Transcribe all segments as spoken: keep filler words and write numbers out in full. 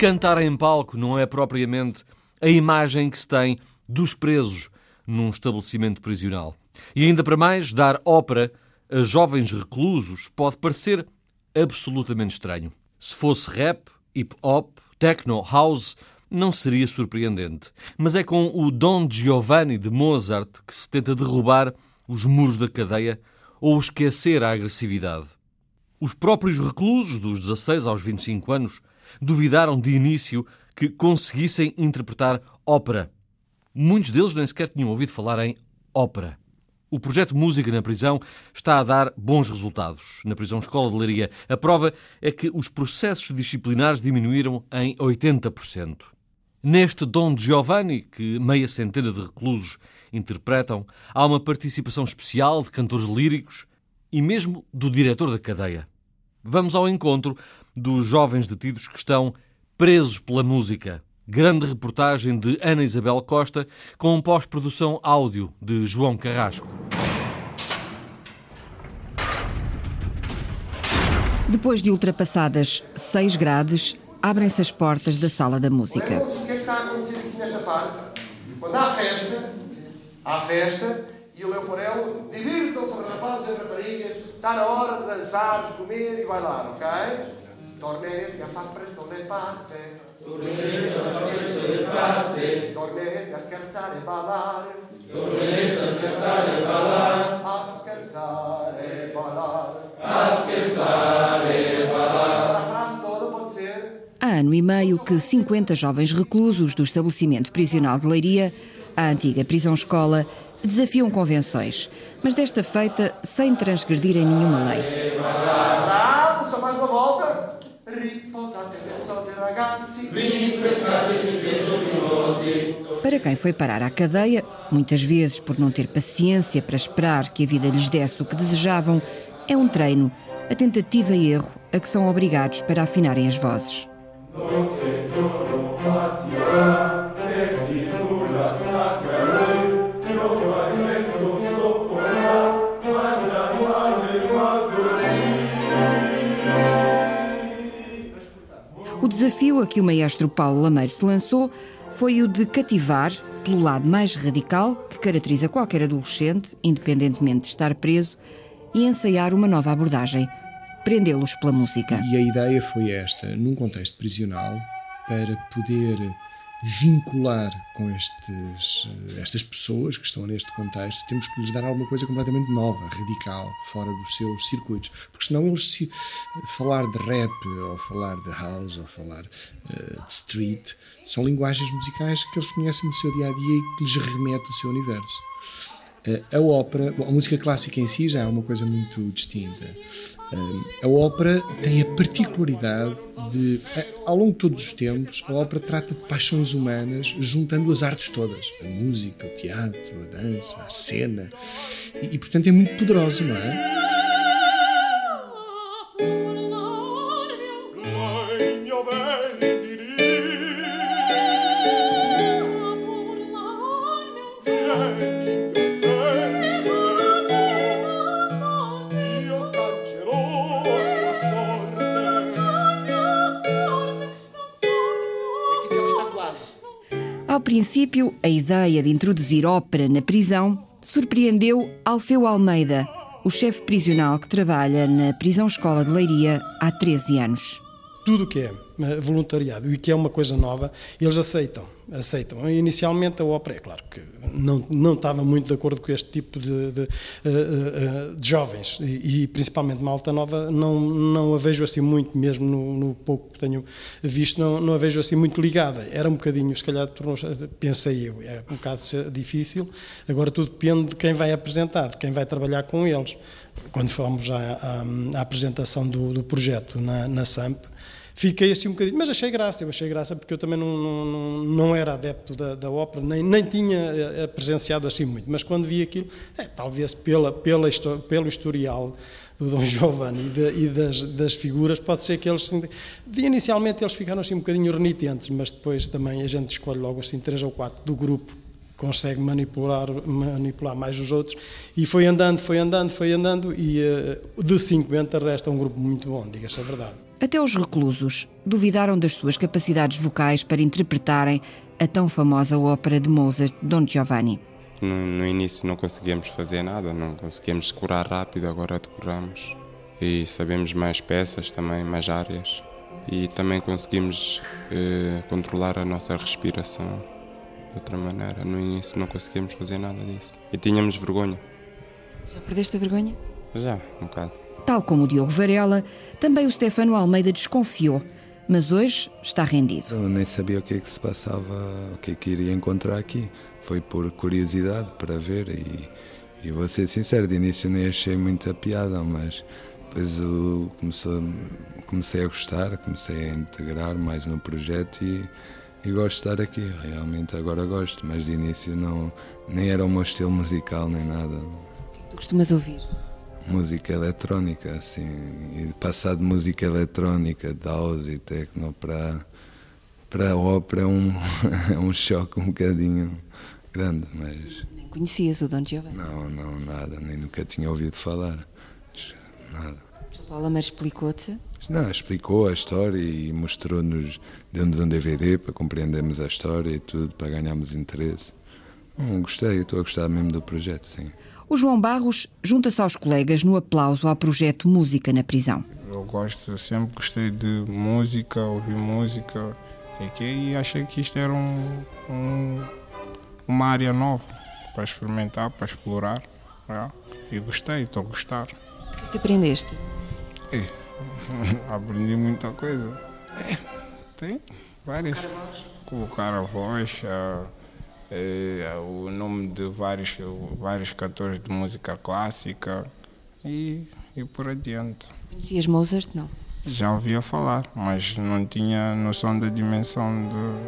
cantar em palco não é propriamente a imagem que se tem dos presos num estabelecimento prisional. E ainda para mais, dar ópera a jovens reclusos pode parecer absolutamente estranho. Se fosse rap, hip-hop, techno, house, não seria surpreendente. Mas é com o Don Giovanni de Mozart que se tenta derrubar os muros da cadeia ou esquecer a agressividade. Os próprios reclusos, dos dezasseis aos vinte e cinco anos, duvidaram de início que conseguissem interpretar ópera. Muitos deles nem sequer tinham ouvido falar em ópera. O projeto Música na Prisão está a dar bons resultados. Na prisão Escola de Leiria, a prova é que os processos disciplinares diminuíram em oitenta por cento. Neste Don Giovanni, que meia centena de reclusos interpretam, há uma participação especial de cantores líricos e mesmo do diretor da cadeia. Vamos ao encontro dos jovens detidos que estão presos pela música. Grande reportagem de Ana Isabel Costa com pós-produção áudio de João Carrasco. Depois de ultrapassadas seis grades, abrem-se as portas da sala da música. Lembram-se o que é que está a acontecer aqui nesta parte? Quando há festa, há festa, e o Leoporello, divirtam-se, rapazes e raparigas, está na hora de dançar, de comer e bailar, ok? Dormete a far presto le pazze, dormete a far presto le pazze, dormete a scherzare e ballare, dormete a scherzare e ballare, a scherzare e ballare, a scherzare e ballare. A frase toda pode ser... Há ano e meio que cinquenta jovens reclusos do estabelecimento prisional de Leiria, a antiga prisão-escola, desafiam convenções, mas desta feita sem transgredirem nenhuma lei. Bravo, só mais uma volta. Para quem foi parar à cadeia, muitas vezes por não ter paciência para esperar que a vida lhes desse o que desejavam, é um treino, a tentativa e erro a que são obrigados para afinarem as vozes. O desafio a que o maestro Paulo Lameiro se lançou foi o de cativar, pelo lado mais radical, que caracteriza qualquer adolescente, independentemente de estar preso, e ensaiar uma nova abordagem, prendê-los pela música. E a ideia foi esta, num contexto prisional, para poder vincular com estes, estas pessoas que estão neste contexto, temos que lhes dar alguma coisa completamente nova, radical, fora dos seus circuitos. Porque senão eles, se falar de rap, ou falar de house, ou falar uh, de street, são linguagens musicais que eles conhecem no seu dia-a-dia e que lhes remete ao seu universo. A ópera, a música clássica em si já é uma coisa muito distinta. A ópera tem a particularidade de, ao longo de todos os tempos, a ópera trata de paixões humanas, juntando as artes todas. A música, o teatro, a dança, a cena. E, e portanto, é muito poderosa, não é? Ao princípio, a ideia de introduzir ópera na prisão surpreendeu Alfeu Almeida, o chefe prisional que trabalha na prisão-escola de Leiria há treze anos. Tudo o que é voluntariado e que é uma coisa nova, eles aceitam. aceitam. Inicialmente a ópera, é claro que não, não estava muito de acordo com este tipo de, de, de jovens e, e principalmente malta nova, não, não a vejo assim muito, mesmo no, no pouco que tenho visto, não, não a vejo assim muito ligada. Era um bocadinho, se calhar, pensei eu, é um bocado difícil, agora tudo depende de quem vai apresentar, de quem vai trabalhar com eles. Quando fomos à, à, à apresentação do, do projeto na, na SAMP, fiquei assim um bocadinho, mas achei graça, eu achei graça porque eu também não, não, não era adepto da, da ópera, nem, nem tinha presenciado assim muito, mas quando vi aquilo, é, talvez pela, pela, pelo historial do Dom Giovanni e, de, e das, das figuras, pode ser que eles, de, inicialmente eles ficaram assim um bocadinho renitentes, mas depois também a gente escolhe logo assim três ou quatro do grupo, consegue manipular, manipular mais os outros, e foi andando, foi andando, foi andando, e uh, de cinquenta resta um grupo muito bom, diga-se a verdade. Até os reclusos duvidaram das suas capacidades vocais para interpretarem a tão famosa ópera de Mozart, Don Giovanni. No, no início não conseguíamos fazer nada, não conseguíamos decorar rápido, agora decoramos. E sabemos mais peças também, mais áreas. E também conseguimos eh, controlar a nossa respiração de outra maneira. No início não conseguíamos fazer nada disso. E tínhamos vergonha. Já perdeste a vergonha? Já, um bocado. Tal como o Diogo Varela, também o Stefano Almeida desconfiou, mas hoje está rendido. Eu nem sabia o que é que se passava, o que é que iria encontrar aqui. Foi por curiosidade, para ver, e, e vou ser sincero, de início nem achei muita piada, mas depois eu começou, comecei a gostar, comecei a integrar mais no projeto e, e gosto de estar aqui, realmente agora gosto, mas de início não, nem era o meu estilo musical nem nada. O que é que tu costumas ouvir? Música eletrónica, assim, e passar de música eletrónica, de house e techno para, para a ópera é um, é um choque um bocadinho grande, mas... Nem conhecias o Don Giovanni? Não, não, nada, nem nunca tinha ouvido falar, nada. O Paulo Lameiro explicou-te? Não, explicou a história e mostrou-nos, deu-nos um D V D para compreendermos a história e tudo, para ganharmos interesse. Hum, gostei, estou a gostar mesmo do projeto, sim. O João Barros junta-se aos colegas no aplauso ao projeto Música na Prisão. Eu gosto, sempre gostei de música, ouvir música, e, que, e achei que isto era um, um, uma área nova para experimentar, para explorar. É? E gostei, estou a gostar. O que é que aprendeste? E, aprendi muita coisa. É, tem várias. Colocar a voz, a, É, o nome de vários, vários cantores de música clássica e, e por adiante. Conhecias Mozart? Não. Já ouvia falar, mas não tinha noção da dimensão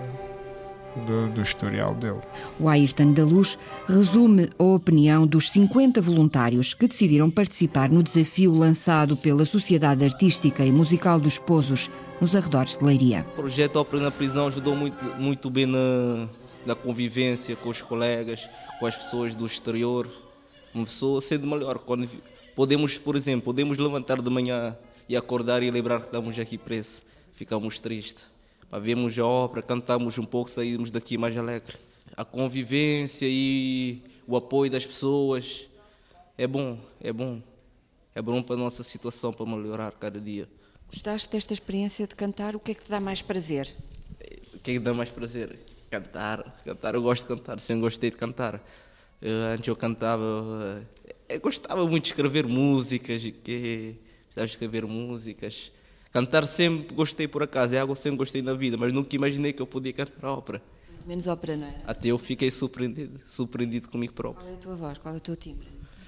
do, do, do historial dele. O Ayrton da Luz resume a opinião dos cinquenta voluntários que decidiram participar no desafio lançado pela Sociedade Artística e Musical dos Pozos, nos arredores de Leiria. O projeto Ópera na Prisão ajudou muito, muito bem na... da convivência com os colegas, com as pessoas do exterior. Uma pessoa sendo melhor. Quando podemos, por exemplo, podemos levantar de manhã e acordar e lembrar que estamos aqui presos. Ficamos tristes. Para vermos a ópera, cantamos um pouco, saímos daqui mais alegre. A convivência e o apoio das pessoas é bom, é bom. É bom para a nossa situação, para melhorar cada dia. Gostaste desta experiência de cantar? O que é que te dá mais prazer? O que é que dá mais prazer? Cantar, cantar, eu gosto de cantar, sempre gostei de cantar. Eu, antes eu cantava, eu gostava muito de escrever músicas, que, gostava de escrever músicas. Cantar sempre gostei por acaso, é algo que sempre gostei na vida, mas nunca imaginei que eu podia cantar ópera. Menos ópera, não é? Até eu fiquei surpreendido, surpreendido comigo próprio. Qual é a tua voz? Qual é o teu timbre?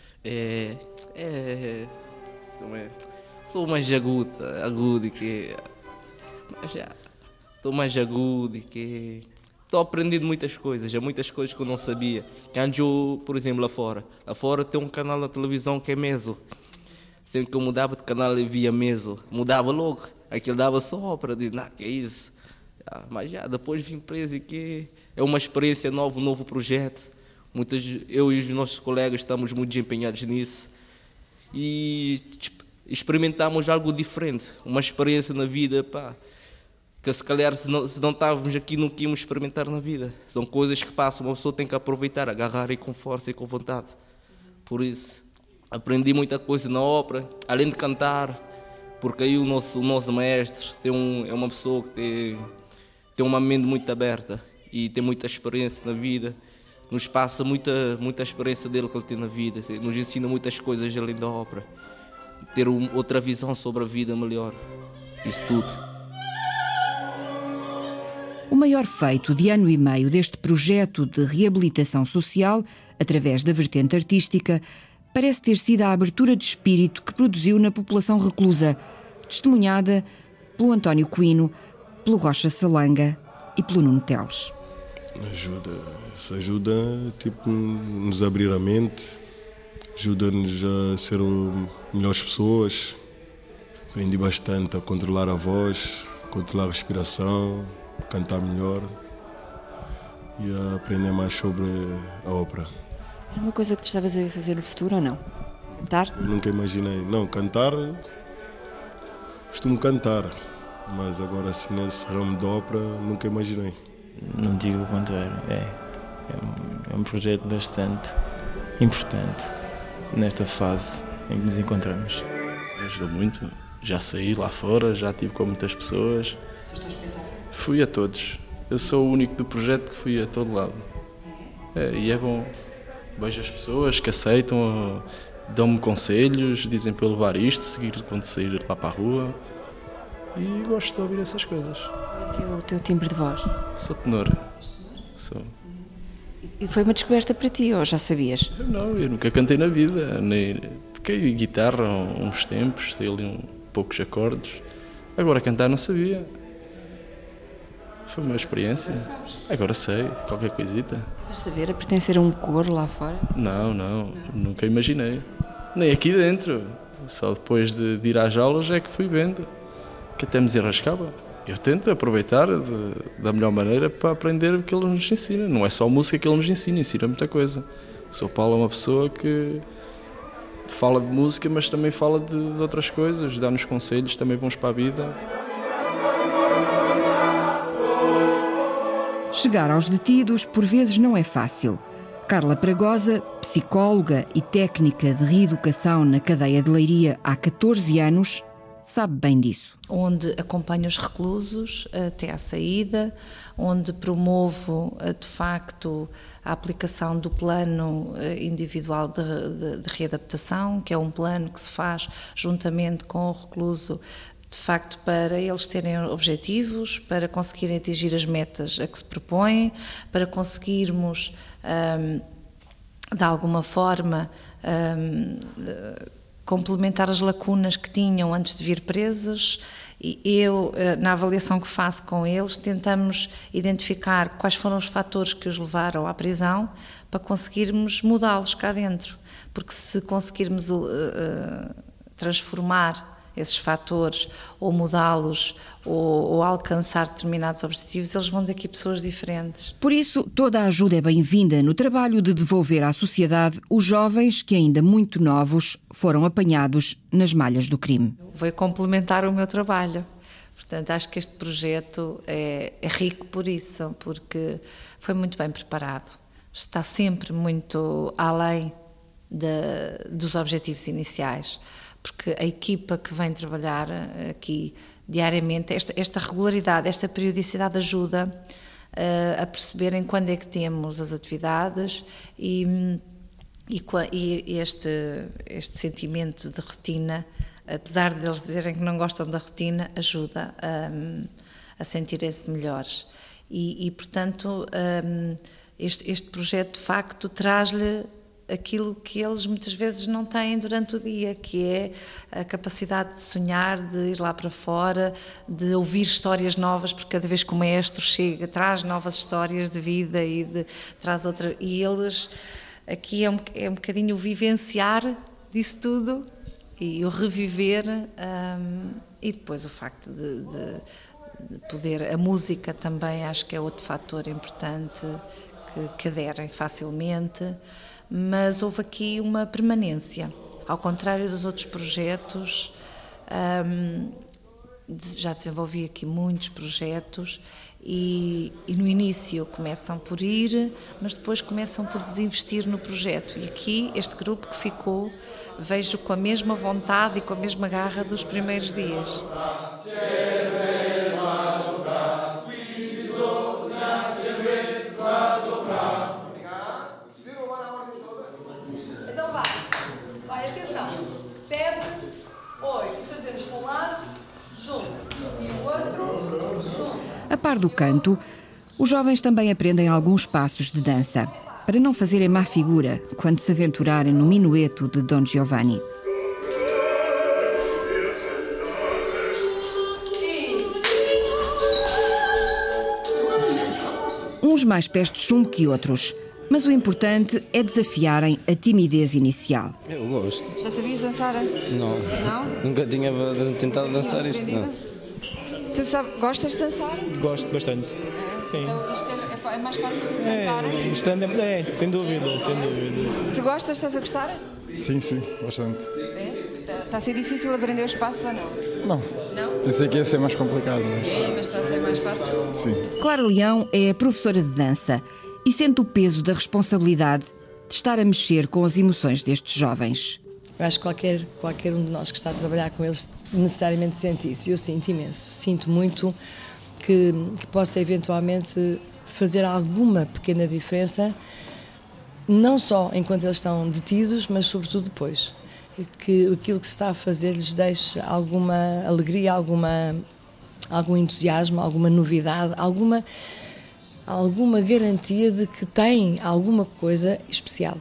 É, é, como é? Sou mais agudo, agudo que, mas já, estou mais agudo que... Estou aprendendo muitas coisas, há muitas coisas que eu não sabia. Que antes eu, por exemplo, lá fora. Lá fora tem um canal na televisão que é Meso. Sempre que eu mudava de canal eu via Meso. Mudava logo. Aquilo dava só ópera. Digo, não, que é isso? Ah, mas já, depois vim preso e que é uma experiência nova, um novo projeto. Muitas, eu e os nossos colegas estamos muito empenhados nisso. E experimentamos algo diferente. Uma experiência na vida, pá. Que se calhar se não, se não estávamos aqui nunca íamos experimentar na vida. São coisas que passam, uma pessoa tem que aproveitar, agarrar e com força e com vontade. Por isso, aprendi muita coisa na ópera, além de cantar, porque aí o nosso, o nosso maestro tem um, é uma pessoa que tem, tem uma mente muito aberta e tem muita experiência na vida, nos passa muita, muita experiência dele que ele tem na vida, nos ensina muitas coisas além da ópera, ter um, outra visão sobre a vida melhor, isso tudo. O maior feito de ano e meio deste projeto de reabilitação social, através da vertente artística, parece ter sido a abertura de espírito que produziu na população reclusa, testemunhada pelo António Quino, pelo Rocha Salanga e pelo Nuno Teles. Ajuda, isso ajuda tipo, nos abrir a mente, ajuda-nos a ser melhores pessoas. Aprendi bastante a controlar a voz, controlar a respiração, cantar melhor e a aprender mais sobre a ópera. Era uma coisa que tu estavas a fazer no futuro ou não? Cantar? Eu nunca imaginei. Não, cantar costumo cantar, mas agora assim nesse ramo de ópera nunca imaginei. Não digo o contrário, é, é, um, é um projeto bastante importante nesta fase em que nos encontramos. Ajudou muito, já saí lá fora, já estive com muitas pessoas. Foste ao espetáculo? Fui a todos, eu sou o único do projeto que fui a todo lado. É, e é bom, vejo as pessoas que aceitam, dão-me conselhos, dizem para eu levar isto, seguir quando sair lá para a rua. E gosto de ouvir essas coisas. Qual é o teu timbre de voz? Sou tenor. Sou. E foi uma descoberta para ti, ou já sabias? Não, eu nunca cantei na vida, nem toquei guitarra uns tempos, sei ali um poucos acordes. Agora cantar não sabia. Foi uma experiência. Agora sei, qualquer coisita. Estavas a ver a pertencer a um coro lá fora? Não, não, nunca imaginei. Nem aqui dentro. Só depois de, de ir às aulas é que fui vendo que até me desenrascava. Eu tento aproveitar de, da melhor maneira para aprender o que ele nos ensina. Não é só música que ele nos ensina, ensina muita coisa. O Sr Paulo é uma pessoa que fala de música, mas também fala de, de outras coisas, dá-nos conselhos também bons para a vida. Chegar aos detidos, por vezes, não é fácil. Carla Pragosa, psicóloga e técnica de reeducação na cadeia de Leiria há catorze anos, sabe bem disso. Onde acompanho os reclusos até à saída, onde promovo, de facto, a aplicação do plano individual de, de, de readaptação, que é um plano que se faz juntamente com o recluso, de facto, para eles terem objetivos, para conseguirem atingir as metas a que se propõem, para conseguirmos, hum, de alguma forma, hum, complementar as lacunas que tinham antes de vir presos. E eu, na avaliação que faço com eles, tentamos identificar quais foram os fatores que os levaram à prisão para conseguirmos mudá-los cá dentro. Porque se conseguirmos uh, uh, transformar esses fatores, ou mudá-los, ou, ou alcançar determinados objetivos, eles vão daqui pessoas diferentes. Por isso, toda a ajuda é bem-vinda no trabalho de devolver à sociedade os jovens que, ainda muito novos, foram apanhados nas malhas do crime. Vou complementar o meu trabalho. Portanto, acho que este projeto é, é rico por isso, porque foi muito bem preparado. Está sempre muito além de, dos objetivos iniciais. Porque a equipa que vem trabalhar aqui diariamente, esta, esta regularidade, esta periodicidade ajuda uh, a perceberem quando é que temos as atividades e, e, e este, este sentimento de rotina, apesar de eles dizerem que não gostam da rotina, ajuda um, a sentirem-se melhores. E, e portanto, um, este, este projeto, de facto, traz-lhe aquilo que eles muitas vezes não têm durante o dia, que é a capacidade de sonhar, de ir lá para fora, de ouvir histórias novas, porque cada vez que o maestro chega, traz novas histórias de vida e de, traz outra. E eles, aqui é um, é um bocadinho o vivenciar disso tudo e o reviver, um, e depois o facto de, de, de poder, a música também acho que é outro fator importante, que, que aderem facilmente. Mas houve aqui uma permanência, ao contrário dos outros projetos. Um, já desenvolvi aqui muitos projetos e, e no início começam por ir, mas depois começam por desinvestir no projeto. E aqui, este grupo que ficou, vejo com a mesma vontade e com a mesma garra dos primeiros dias. A par do canto, os jovens também aprendem alguns passos de dança, para não fazerem má figura quando se aventurarem no minueto de Don Giovanni. Uns mais pés de chumbo que outros, mas o importante é desafiarem a timidez inicial. Eu gosto. Já sabias dançar? Não. Não? Nunca tinha tentado Nunca dançar isto. Não. Tu sabe, gostas de dançar? Gosto bastante. É, Sim. Então isto é, é mais fácil do que cantar? É, stand é, é, sem dúvida, é? sem dúvida. Tu gostas, estás a gostar? Sim, sim, bastante. É? Está a ser difícil aprender os passos ou não? Não. Não? Pensei que ia ser mais complicado, mas... Mas está a ser mais fácil? Sim. Clara Leão é professora de dança e sente o peso da responsabilidade de estar a mexer com as emoções destes jovens. Eu acho que qualquer, qualquer um de nós que está a trabalhar com eles necessariamente sente isso. Eu sinto imenso. Sinto muito que, que possa eventualmente fazer alguma pequena diferença, não só enquanto eles estão detidos, mas sobretudo depois. Que aquilo que se está a fazer lhes deixe alguma alegria, alguma, algum entusiasmo, alguma novidade, alguma, alguma garantia de que têm alguma coisa especial.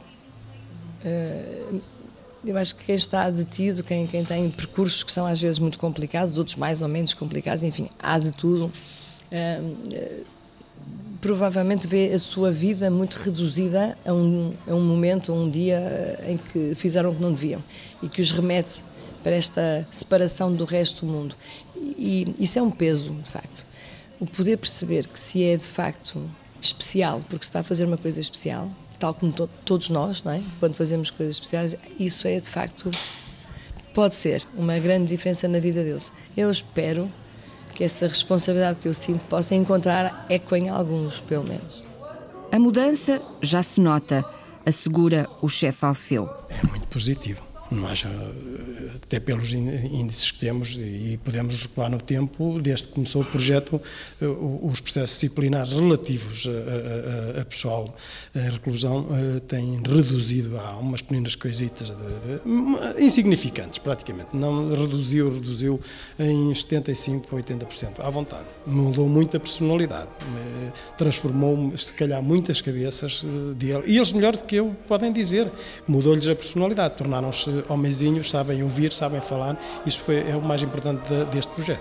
Eu acho que quem está detido, quem, quem tem percursos que são às vezes muito complicados, outros mais ou menos complicados, enfim, há de tudo, provavelmente vê a sua vida muito reduzida a um, a um momento, a um dia em que fizeram o que não deviam e que os remete para esta separação do resto do mundo. E, e isso é um peso, de facto. O poder perceber que se é, de facto, especial, porque se está a fazer uma coisa especial, tal como to- todos nós, não é? Quando fazemos coisas especiais, isso é, de facto, pode ser uma grande diferença na vida deles. Eu espero que essa responsabilidade que eu sinto possa encontrar eco em alguns, pelo menos. A mudança já se nota, assegura o chefe Alfeu. É muito positivo. Não haja, até pelos índices que temos, e podemos recuar no tempo, desde que começou o projeto, os processos disciplinares relativos a, a, a pessoal em reclusão têm reduzido a umas pequenas coisitas de, de, insignificantes, praticamente. Não reduziu, reduziu em setenta e cinco por cento, oitenta por cento, à vontade. Mudou muito a personalidade, transformou, se calhar, muitas cabeças dele. E eles, melhor do que eu, podem dizer, mudou-lhes a personalidade, tornaram-se homenzinhos, sabem ouvir, sabem falar. Isso foi, é o mais importante de, deste projeto.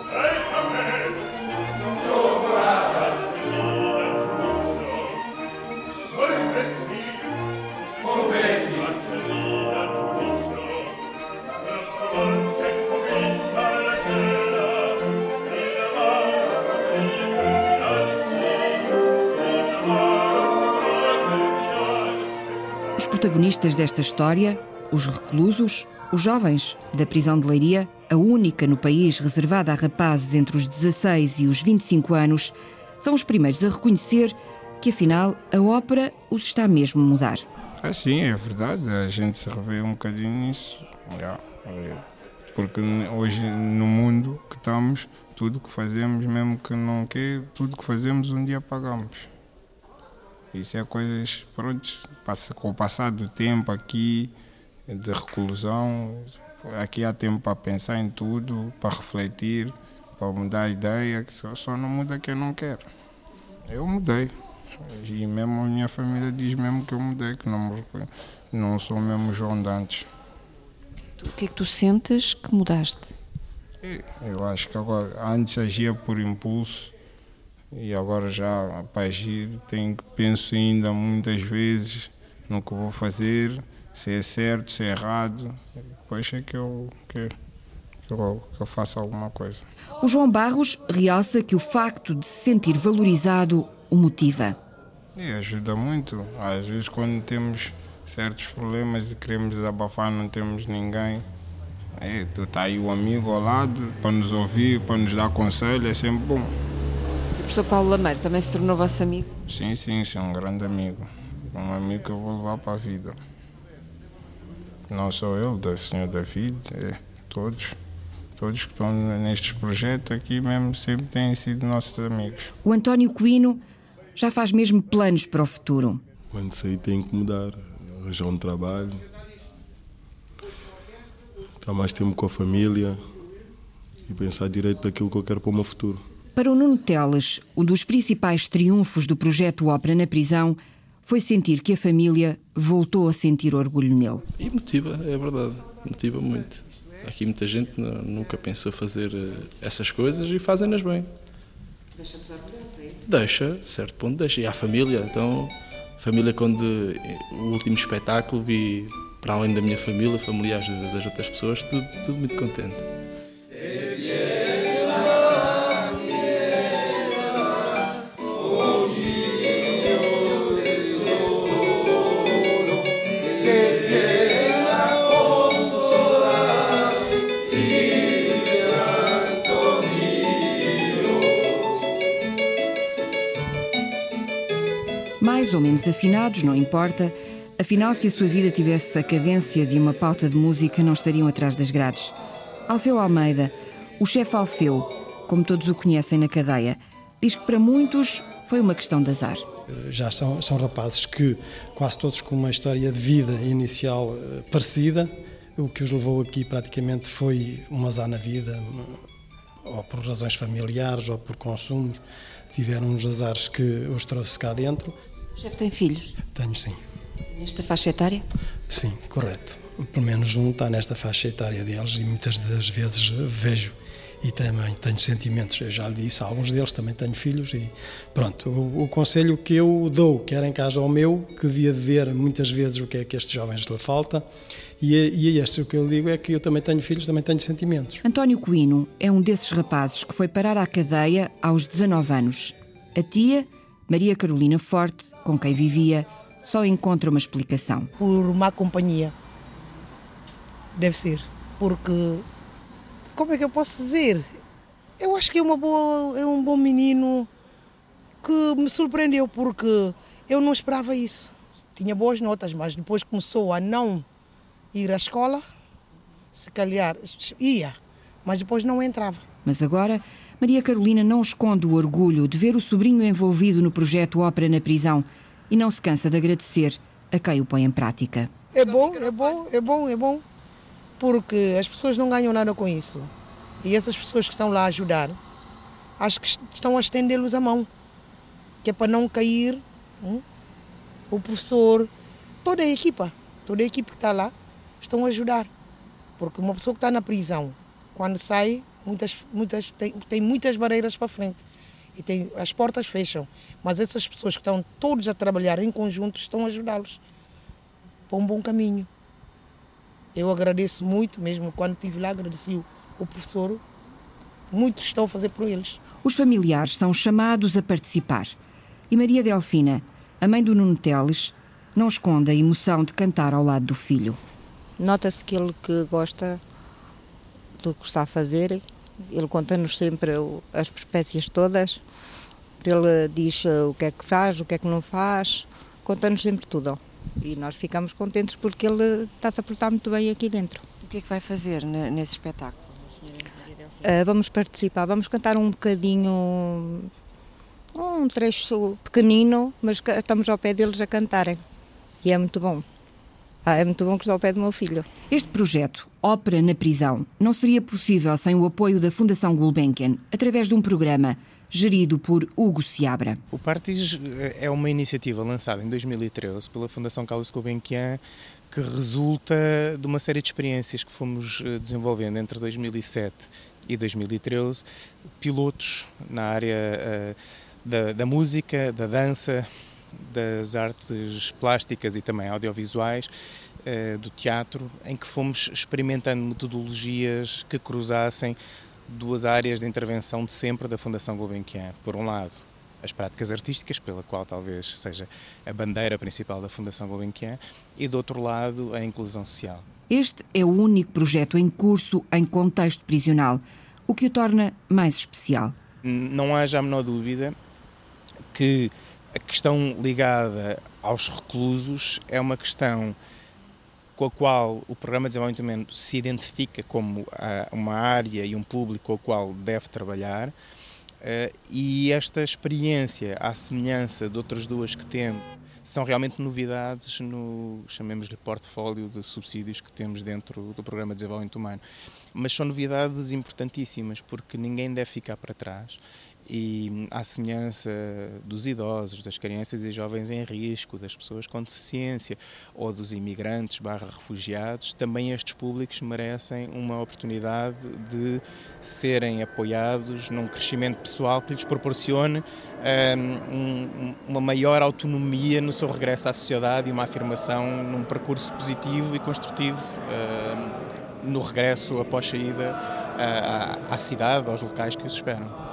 Os protagonistas desta história, os reclusos, os jovens da prisão de Leiria, a única no país reservada a rapazes entre os dezasseis e os vinte e cinco anos, são os primeiros a reconhecer que, afinal, a ópera os está mesmo a mudar. Ah, sim, é verdade. A gente se revê um bocadinho nisso. Yeah. Porque hoje, no mundo que estamos, tudo que fazemos, mesmo que não quer, tudo que fazemos um dia pagamos. Isso é coisas, pronto, com o passar do tempo aqui, de reclusão, aqui há tempo para pensar em tudo, para refletir, para mudar a ideia, que só, só não muda quem não quer. Eu mudei. E mesmo a minha família diz mesmo que eu mudei, que não, não sou mesmo o João de antes. O que é que tu sentes que mudaste? Eu acho que agora, antes agia por impulso e agora já para agir tenho, penso ainda muitas vezes no que vou fazer, se é certo, se é errado, depois é que eu, que, que, eu, que eu faço alguma coisa. O João Barros realça que o facto de se sentir valorizado o motiva. E ajuda muito. Às vezes quando temos certos problemas e queremos desabafar, não temos ninguém, é, tu está aí o amigo ao lado para nos ouvir, para nos dar conselho, é sempre bom. O professor Paulo Lameiro também se tornou vosso amigo? Sim, sim, sim, um grande amigo. Um amigo que eu vou levar para a vida. Não só ele, da senhor David, é, todos. Todos que estão nestes projetos aqui mesmo sempre têm sido nossos amigos. O António Coino já faz mesmo planos para o futuro. Quando sair tem que mudar, arranjar um trabalho, estar mais tempo com a família e pensar direito daquilo que eu quero para o meu futuro. Para o Nuno Teles, um dos principais triunfos do projeto Ópera na prisão foi sentir que a família voltou a sentir orgulho nele. E motiva, é verdade, motiva muito. Aqui muita gente nunca pensou fazer essas coisas e fazem-nas bem. Deixa-te orgulhoso, é isso? Deixa, certo ponto deixa. E a família, então, a família quando o último espetáculo vi, para além da minha família, familiares das outras pessoas, tudo, tudo muito contente. Mais ou menos afinados, não importa. Afinal, se a sua vida tivesse a cadência de uma pauta de música, não estariam atrás das grades. Alfeu Almeida, o chefe Alfeu, como todos o conhecem na cadeia, diz que para muitos foi uma questão de azar. Já são, são rapazes que, quase todos com uma história de vida inicial parecida. O que os levou aqui praticamente foi um azar na vida, ou por razões familiares, ou por consumos. Tiveram uns azares que os trouxe cá dentro. O chefe tem filhos? Tenho, sim. Nesta faixa etária? Sim, correto. Pelo menos um está nesta faixa etária deles e muitas das vezes vejo e também tenho sentimentos. Eu já lhe disse, alguns deles também tenho filhos e pronto. O, o conselho que eu dou, quer em casa ou meu, que devia de ver muitas vezes o que é que estes jovens lhe falta e, e é este o que eu digo é que eu também tenho filhos, também tenho sentimentos. António Coino é um desses rapazes que foi parar à cadeia aos dezanove anos. A tia, Maria Carolina Forte, com quem vivia, só encontra uma explicação. Por má companhia. Deve ser. Porque, como é que eu posso dizer? Eu acho que é, uma boa, é um bom menino que me surpreendeu, porque eu não esperava isso. Tinha boas notas, mas depois começou a não ir à escola. Se calhar ia, mas depois não entrava. Mas agora, Maria Carolina não esconde o orgulho de ver o sobrinho envolvido no projeto Ópera na Prisão e não se cansa de agradecer a quem o põe em prática. É bom, é bom, é bom, é bom, porque as pessoas não ganham nada com isso. E essas pessoas que estão lá a ajudar, acho que estão a estender-los a mão, que é para não cair, hum? O professor, toda a equipa, toda a equipe que está lá, estão a ajudar. Porque uma pessoa que está na prisão, quando sai, muitas, muitas, tem, tem muitas barreiras para frente. E tem, as portas fecham, mas essas pessoas que estão todos a trabalhar em conjunto estão a ajudá-los para um bom caminho. Eu agradeço muito, mesmo quando estive lá, agradeci o, o professor, muitos estão a fazer por eles. Os familiares são chamados a participar. E Maria Delfina, a mãe do Nuno Teles, não esconde a emoção de cantar ao lado do filho. Nota-se que ele que gosta do que está a fazer. Ele conta-nos sempre as peripécias todas. Ele diz o que é que faz, o que é que não faz. Conta-nos sempre tudo. E nós ficamos contentes porque ele está-se a portar muito bem aqui dentro. O que é que vai fazer nesse espetáculo, a senhora Maria Delfina? Uh, vamos participar, vamos cantar um bocadinho, um trecho pequenino, mas estamos ao pé deles a cantarem. E é muito bom. Ah, é muito bom que estou ao pé do meu filho. Este projeto, Ópera na Prisão, não seria possível sem o apoio da Fundação Gulbenkian, através de um programa gerido por Hugo Seabra. O Partis é uma iniciativa lançada em dois mil e treze pela Fundação Carlos Gulbenkian, que resulta de uma série de experiências que fomos desenvolvendo entre dois mil e sete e dois mil e treze, pilotos na área uh, da, da música, da dança, das artes plásticas e também audiovisuais, uh, do teatro, em que fomos experimentando metodologias que cruzassem duas áreas de intervenção de sempre da Fundação Gulbenkian. Por um lado, as práticas artísticas, pela qual talvez seja a bandeira principal da Fundação Gulbenkian, e do outro lado, a inclusão social. Este é o único projeto em curso em contexto prisional, o que o torna mais especial. Não haja a menor dúvida que a questão ligada aos reclusos é uma questão com a qual o Programa de Desenvolvimento se identifica como uma área e um público com o qual deve trabalhar, e esta experiência, à semelhança de outras duas que temos, são realmente novidades no, chamemos-lhe, portfólio de subsídios que temos dentro do Programa de Desenvolvimento Humano. Mas são novidades importantíssimas, porque ninguém deve ficar para trás. E à semelhança dos idosos, das crianças e jovens em risco, das pessoas com deficiência ou dos imigrantes barra refugiados, também estes públicos merecem uma oportunidade de serem apoiados num crescimento pessoal que lhes proporcione um, uma maior autonomia no seu regresso à sociedade e uma afirmação num percurso positivo e construtivo um, no regresso após saída à, à cidade, aos locais que os esperam.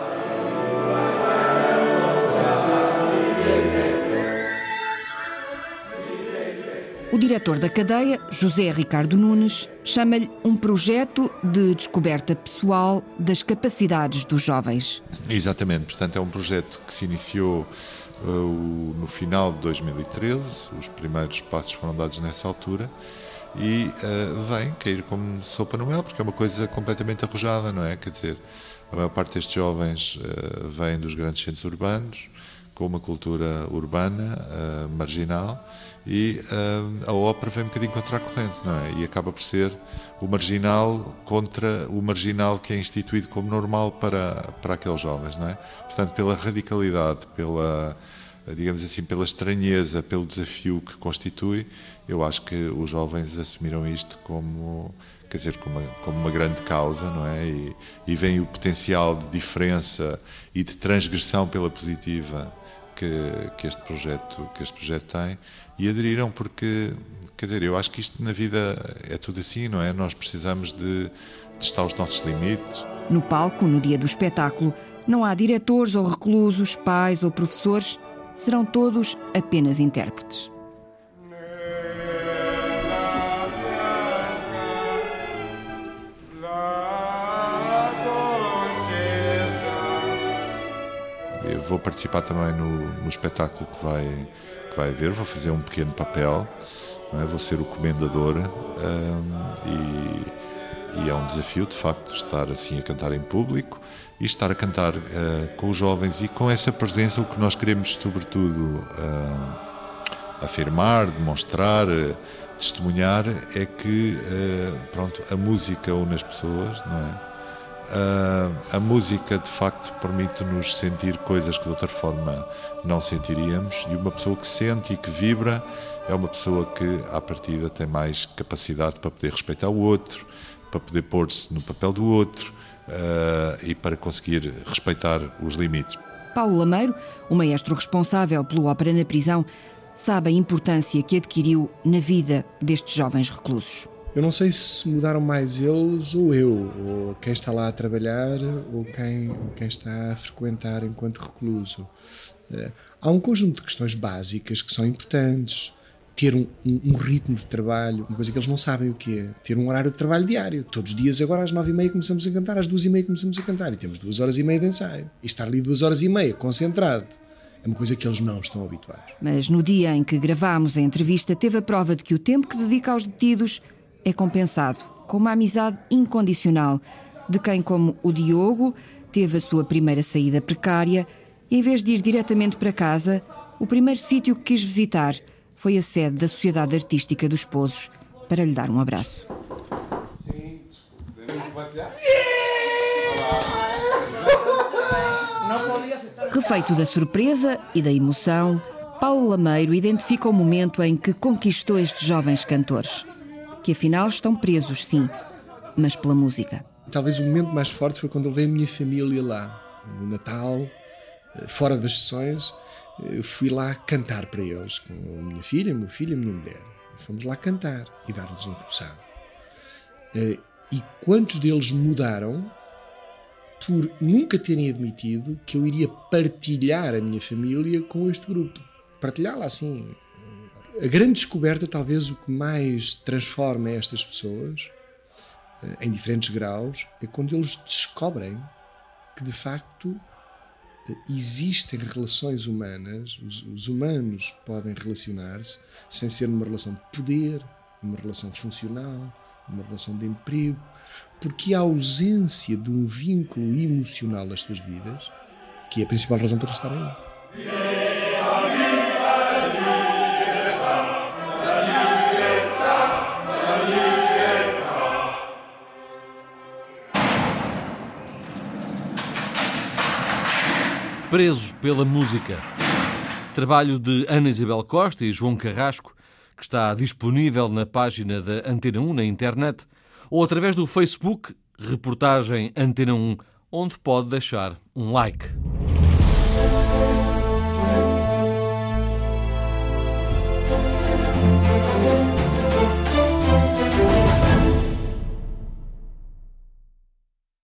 O diretor da cadeia, José Ricardo Nunes, chama-lhe um projeto de descoberta pessoal das capacidades dos jovens. Exatamente, portanto é um projeto que se iniciou no final de dois mil e treze, os primeiros passos foram dados nessa altura, e uh, vem cair como sopa no mel, porque é uma coisa completamente arrojada, não é? Quer dizer, a maior parte destes jovens uh, vem dos grandes centros urbanos, com uma cultura urbana, uh, marginal, e uh, a ópera vem um bocadinho contra a corrente, não é? E acaba por ser o marginal contra o marginal que é instituído como normal para, para aqueles jovens, não é? Portanto, pela radicalidade, pela, digamos assim, pela estranheza, pelo desafio que constitui, eu acho que os jovens assumiram isto como, quer dizer, como uma, como uma grande causa, não é? E, e vem o potencial de diferença e de transgressão pela positiva que, que, este projeto, que este projeto tem, e aderiram porque, quer dizer, eu acho que isto na vida é tudo assim, não é? Nós precisamos de testar os nossos limites. No palco, no dia do espetáculo, não há diretores ou reclusos, pais ou professores, serão todos apenas intérpretes. Eu vou participar também no, no espetáculo que vai, que vai haver, vou fazer um pequeno papel, não é? Vou ser o comendador, um, e, e é um desafio, de facto, estar assim a cantar em público e estar a cantar uh, com os jovens e com essa presença. O que nós queremos, sobretudo, uh, afirmar, demonstrar, uh, testemunhar, é que uh, pronto, a música une as pessoas, não é? Uh, a música, de facto, permite-nos sentir coisas que de outra forma não sentiríamos, e uma pessoa que sente e que vibra é uma pessoa que, à partida, tem mais capacidade para poder respeitar o outro, para poder pôr-se no papel do outro, uh, e para conseguir respeitar os limites. Paulo Lameiro, o maestro responsável pelo Ópera na Prisão, sabe a importância que adquiriu na vida destes jovens reclusos. Eu não sei se mudaram mais eles ou eu, ou quem está lá a trabalhar, ou quem, ou quem está a frequentar enquanto recluso. Há um conjunto de questões básicas que são importantes. Ter um, um, um ritmo de trabalho, uma coisa que eles não sabem o que é. Ter um horário de trabalho diário. Todos os dias, agora às nove e meia começamos a cantar, às duas e meia começamos a cantar, e temos duas horas e meia de ensaio. E estar ali duas horas e meia, concentrado, é uma coisa que eles não estão habituados. Mas no dia em que gravámos a entrevista, teve a prova de que o tempo que dedica aos detidos é compensado com uma amizade incondicional de quem, como o Diogo, teve a sua primeira saída precária e, em vez de ir diretamente para casa, o primeiro sítio que quis visitar foi a sede da Sociedade Artística dos Pozos para lhe dar um abraço. Sim, Refeito da surpresa e da emoção, Paulo Lameiro identifica o momento em que conquistou estes jovens cantores, que afinal estão presos, sim, mas pela música. Talvez o momento mais forte foi quando eu levei a minha família lá, no Natal, fora das sessões. Fui lá cantar para eles, com a minha filha, o meu filho e a minha mulher. Fomos lá cantar e dar-lhes um repousado. E quantos deles mudaram por nunca terem admitido que eu iria partilhar a minha família com este grupo. Partilhá-la assim. A grande descoberta, talvez o que mais transforma estas pessoas, em diferentes graus, é quando eles descobrem que, de facto, existem relações humanas, os, os humanos podem relacionar-se sem ser numa relação de poder, numa relação funcional, numa relação de emprego, porque a ausência de um vínculo emocional nas suas vidas, que é a principal razão para estarem lá. Presos pela música. Trabalho de Ana Isabel Costa e João Carrasco, que está disponível na página da Antena um na internet ou através do Facebook, reportagem Antena um, onde pode deixar um like.